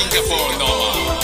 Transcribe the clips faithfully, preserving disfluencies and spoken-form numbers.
Singapore Normal.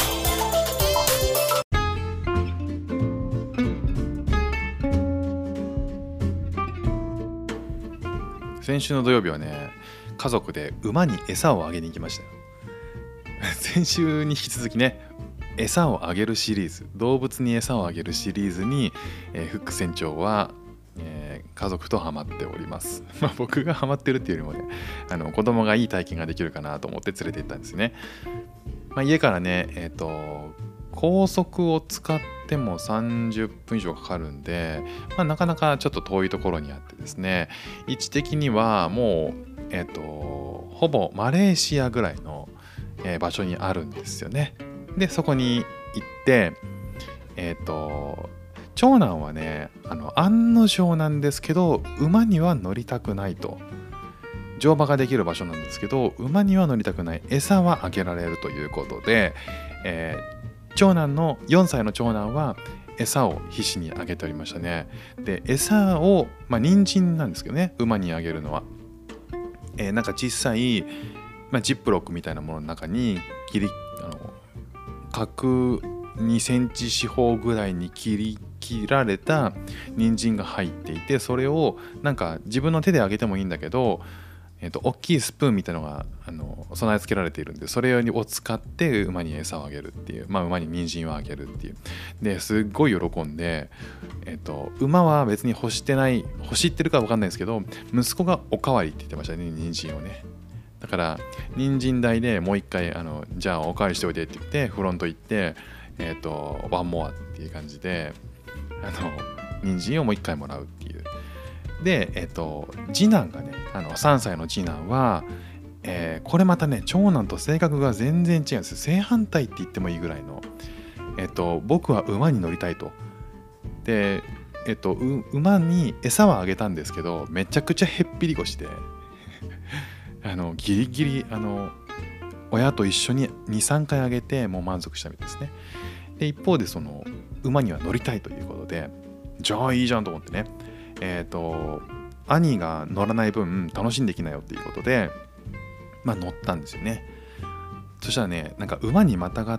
先週の土曜日はね、家族で馬に餌をあげに行きましたよ。先週に引き続きね、餌をあげるシリーズ、動物に餌をあげるシリーズに、えー、フック船長は、えー、家族とハマっております。まあ僕がハマってるっていうよりもね、あの子供がいい体験ができるかなと思って連れて行ったんですね。まあ、家からね、えっと高速を使ってもさんじゅっぷん以上かかるんで、まあ、なかなかちょっと遠いところにあってですね、位置的にはもう、えっとほぼマレーシアぐらいの、えー、場所にあるんですよね。でそこに行ってえっと長男はね、あの案の定なんですけど、馬には乗りたくないと。乗馬ができる場所なんですけど、馬には乗りたくない、餌はあげられるということで、えー長男のよんさいの長男は餌を必死にあげておりましたね。で餌を、まあ人参なんですけどね、馬にあげるのは、えー、なんか小さい、まあ、ジップロックみたいなものの中に切りあの角にセンチ四方ぐらいに切り切られた人参が入っていて、それをなんか自分の手であげてもいいんだけど、えー、と大きいスプーンみたいなのがあの備え付けられているんで、それを使って馬に餌をあげるっていう、まあ、馬に人参をあげるっていうですっごい喜んで、えー、と馬は別に欲してない欲してるか分かんないですけど、息子がおかわりって言ってましたね、人参をね。だから人参台でもう一回あのじゃあおかわりしておいでって言ってフロント行って、えっ、ー、とワンモアっていう感じであの人参をもう一回もらうっていう。で、えっと、次男がね、あのさんさいの次男は、えー、これまたね、長男と性格が全然違うんですよ。正反対って言ってもいいぐらいの、えっと、僕は馬に乗りたいと。で、えっと、馬に餌はあげたんですけど、めちゃくちゃへっぴり腰で、あのギリギリあの親と一緒ににさんかいあげて、もう満足したみたいですね。で、一方で、その馬には乗りたいということで、じゃあいいじゃんと思ってね。えっと兄が乗らない分楽しんできなよっていうことで、まあ乗ったんですよね。そしたらね、なんか馬にまたがって、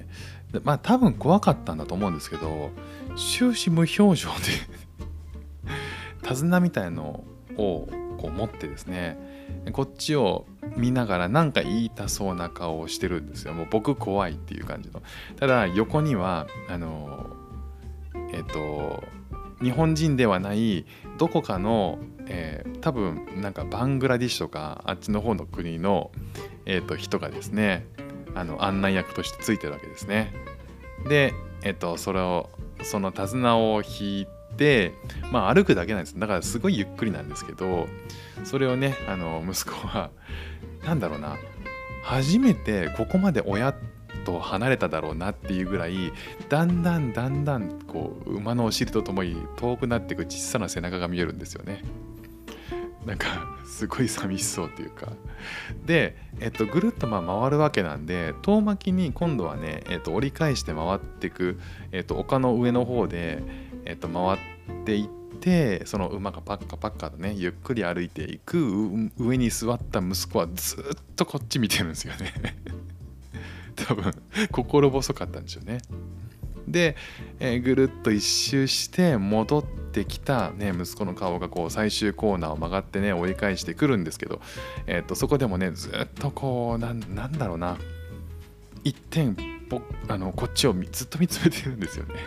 まあ多分怖かったんだと思うんですけど、終始無表情で手綱みたいのをこう持ってですね、こっちを見ながらなんか言いたそうな顔をしてるんですよ。もう僕怖いっていう感じの。ただ横にはあのえっと日本人ではないどこかの、えー、多分なんかバングラディッシュとかあっちの方の国の、えー、と人がですね、あの案内役としてついてるわけですね。で、えっ、ー、とそれをその手綱を引いて、まあ歩くだけなんです。だからすごいゆっくりなんですけど、それをね、あの息子はなんだろうな、初めてここまで親と離れただろうなっていうぐらい、だんだんだんだんこう馬のお尻とともに遠くなっていく小さな背中が見えるんですよね。なんかすごい寂しそうっていうか。で、えっと、ぐるっとまあ回るわけなんで、遠巻きに今度はね、えっと、折り返して回っていく、えっと、丘の上の方で、えっと、回っていって、その馬がパッカパッカとねゆっくり歩いていく上に座った息子はずっとこっち見てるんですよね。多分心細かったんでしょうね。で、えー、ぐるっと一周して戻ってきた、ね、息子の顔がこう最終コーナーを曲がってね追い返してくるんですけど、えー、とそこでもねずっとこうな ん, なんだろうな一点あのこっちをずっと見つめてるんですよね。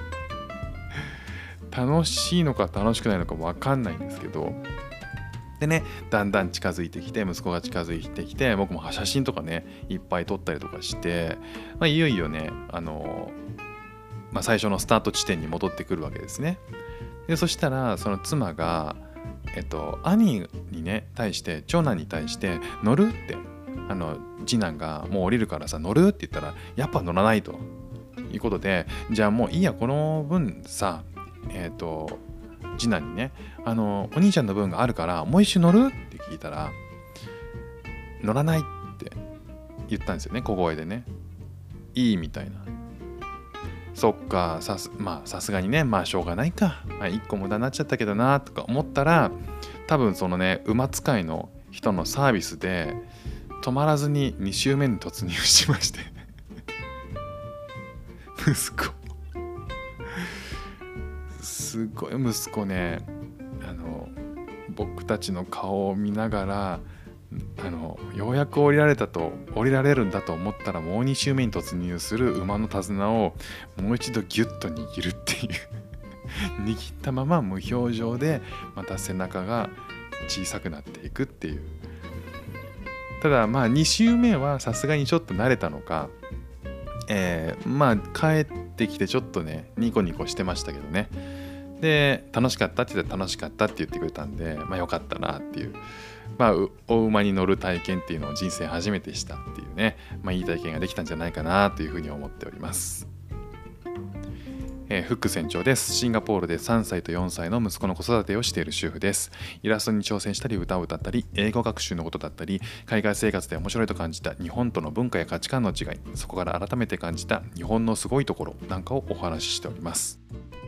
楽しいのか楽しくないのか分かんないんですけど、でね、だんだん近づいてきて、息子が近づいてきて、僕も写真とかねいっぱい撮ったりとかして、まあ、いよいよね、あのまあ、最初のスタート地点に戻ってくるわけですね。でそしたらその妻が、えっと、兄にね対して長男に対して乗るってあの次男がもう降りるからさ乗るって言ったら、やっぱ乗らないということで、じゃあもういいや、この分さ、えっと次男にね、あのお兄ちゃんの分があるからもう一周乗るって聞いたら、乗らないって言ったんですよね、小声でね。いいみたいな。そっか、さすまあさすがにね、まあしょうがないか、まあ、いっこ無駄になっちゃったけどなとか思ったら、多分そのね馬使いの人のサービスで止まらずにに周目に突入しまして息子すごい息子ね、あの僕たちの顔を見ながら、あのようやく降りられたと降りられるんだと思ったらもうに周目に突入する馬の手綱をもう一度ギュッと握るっていう握ったまま無表情でまた背中が小さくなっていくっていう。ただまあに周目はさすがにちょっと慣れたのか、えー、まあ帰ってきてちょっとねニコニコしてましたけどね。で楽しかったって言ったら楽しかったって言ってくれたんで、まあよかったなっていう、まあお馬に乗る体験っていうのを人生初めてしたっていうね、まあいい体験ができたんじゃないかなというふうに思っております。えー、フック船長です。シンガポールでさんさいとよんさいの息子の子育てをしている主婦です。イラストに挑戦したり歌を歌ったり英語学習のことだったり海外生活で面白いと感じた日本との文化や価値観の違い、そこから改めて感じた日本のすごいところなんかをお話ししております。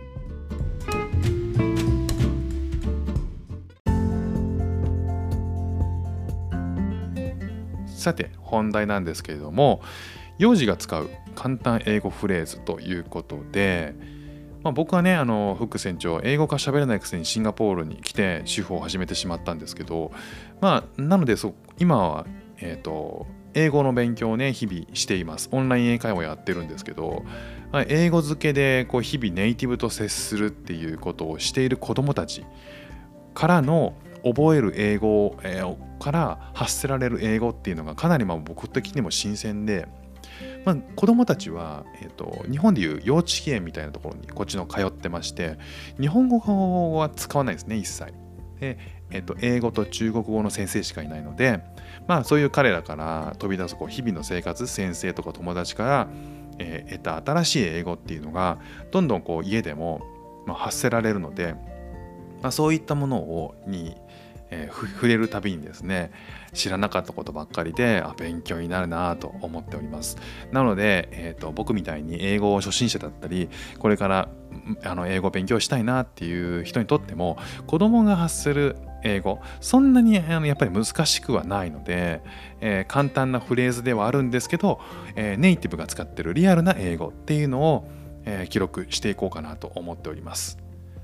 さて本題なんですけれども、幼児が使う簡単英語フレーズということで、まあ、僕はねあのフック船長英語が喋れないくせにシンガポールに来て主婦を始めてしまったんですけど、まあなのでそ今は、えーと、英語の勉強をね日々しています。オンライン英会話をやってるんですけど、まあ、英語漬けでこう日々ネイティブと接するっていうことをしている子どもたちからの覚える英語、えー、から発せられる英語っていうのがかなりまあ僕的にも新鮮で、まあ、子どもたちは、えーと、日本でいう幼稚園みたいなところにこっちの通ってまして、日本語は使わないですね一切で、えーと、英語と中国語の先生しかいないので、まあそういう彼らから飛び出すこう日々の生活、先生とか友達から、えー、得た新しい英語っていうのがどんどんこう家でも、まあ、発せられるので、まあ、そういったものをにえー、触れるたびにですね、知らなかったことばっかりであ勉強になるなと思っております。なので、えーと、僕みたいに英語初心者だったりこれからあの英語を勉強したいなっていう人にとっても子供が発する英語そんなにあのやっぱり難しくはないので、えー、簡単なフレーズではあるんですけど、えー、ネイティブが使ってるリアルな英語っていうのを、えー、記録していこうかなと思っております。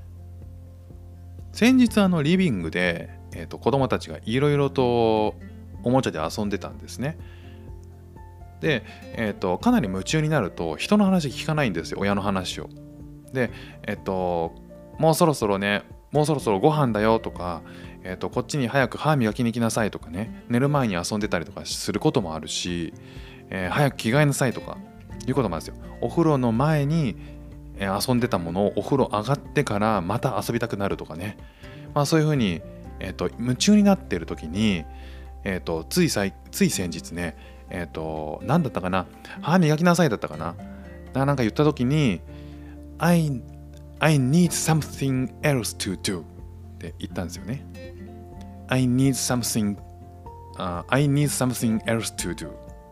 先日あのリビングでえーと、子供たちがいろいろとおもちゃで遊んでたんですね。で、えーと、かなり夢中になると人の話聞かないんですよ、親の話を。で、えっ、ー、と、もうそろそろね、もうそろそろご飯だよとか、えーと、こっちに早く歯磨きに来なさいとかね、寝る前に遊んでたりとかすることもあるし、えー、早く着替えなさいとかいうこともあるんですよ。お風呂の前に遊んでたものをお風呂上がってからまた遊びたくなるとかね。まあそういうふうにえー、と夢中になっている時に、えー、とついさいつい先日ね、えー、と何だったかな、歯磨きなさいだったかな、なんか言った時に I, I need something else to do って言ったんですよね。I need something、uh, I need something else to do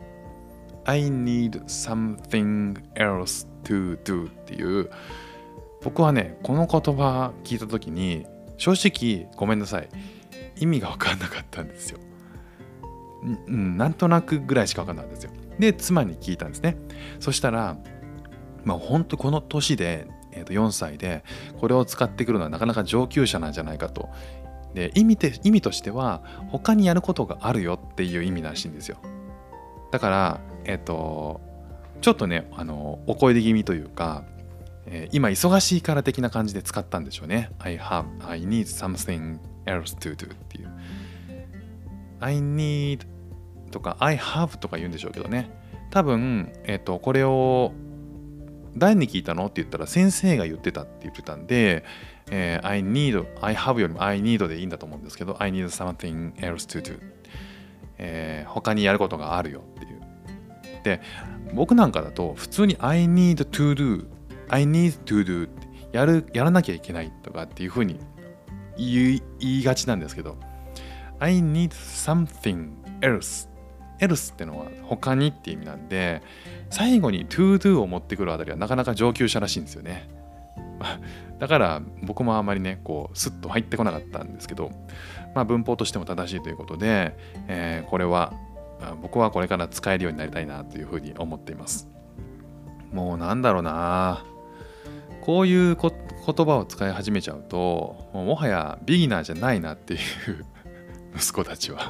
I need something else to do っていう、僕はねこの言葉聞いた時に正直ごめんなさい、意味が分かんなかったんですよ。うん、なんとなくぐらいしか分かんなかったんですよ。で妻に聞いたんですね。そしたらまあ本当この年で、えー、とよんさいでこれを使ってくるのはなかなか上級者なんじゃないかと。で意味て意味としては他にやることがあるよっていう意味らしいんですよ。だからえっ、ー、とちょっとねあのお声で気味というか、えー、今忙しいから的な感じで使ったんでしょうね。I have, I need something else to do っていう。I need とか I have とか言うんでしょうけどね。多分、えっと、これを誰に聞いたのって言ったら先生が言ってたって言ってたんで、えー、I need, I have よりも I need でいいんだと思うんですけど、I need something else to do、えー、他にやることがあるよっていう。で、僕なんかだと普通に I need to do、I need to do やる、やらなきゃいけないとかっていうふうに言い、言いがちなんですけど、I need something else else ってのは他にって意味なんで、最後に to do を持ってくるあたりはなかなか上級者らしいんですよね。だから僕もあまりねこうスッと入ってこなかったんですけど、まあ文法としても正しいということで、えー、これは僕はこれから使えるようになりたいなというふうに思っています。 もうなんだろうな、こういうこ言葉を使い始めちゃうともうもはやビギナーじゃないなっていう息子たちは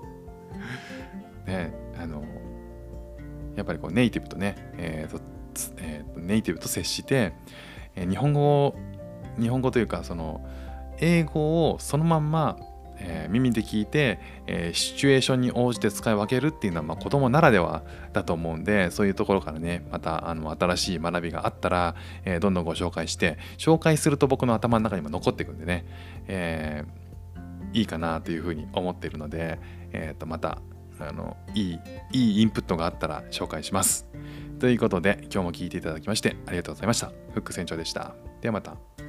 ね、あのやっぱりこうネイティブとね、えーとえーとネイティブと接して、えー日本語を日本語というかその英語をそのまんま、えー耳で聞いて、えーシチュエーションに応じて使い分けるっていうのは、まあ、子供ならではだと思うんで、そういうところからねまたあの新しい学びがあったら、えーどんどんご紹介して紹介すると僕の頭の中にも残っていくんでね、えーいいかなというふうに思っているので、えーとまたあのいいいいインプットがあったら紹介します。ということで今日も聞いていただきましてありがとうございました。フック船長でした。ではまた。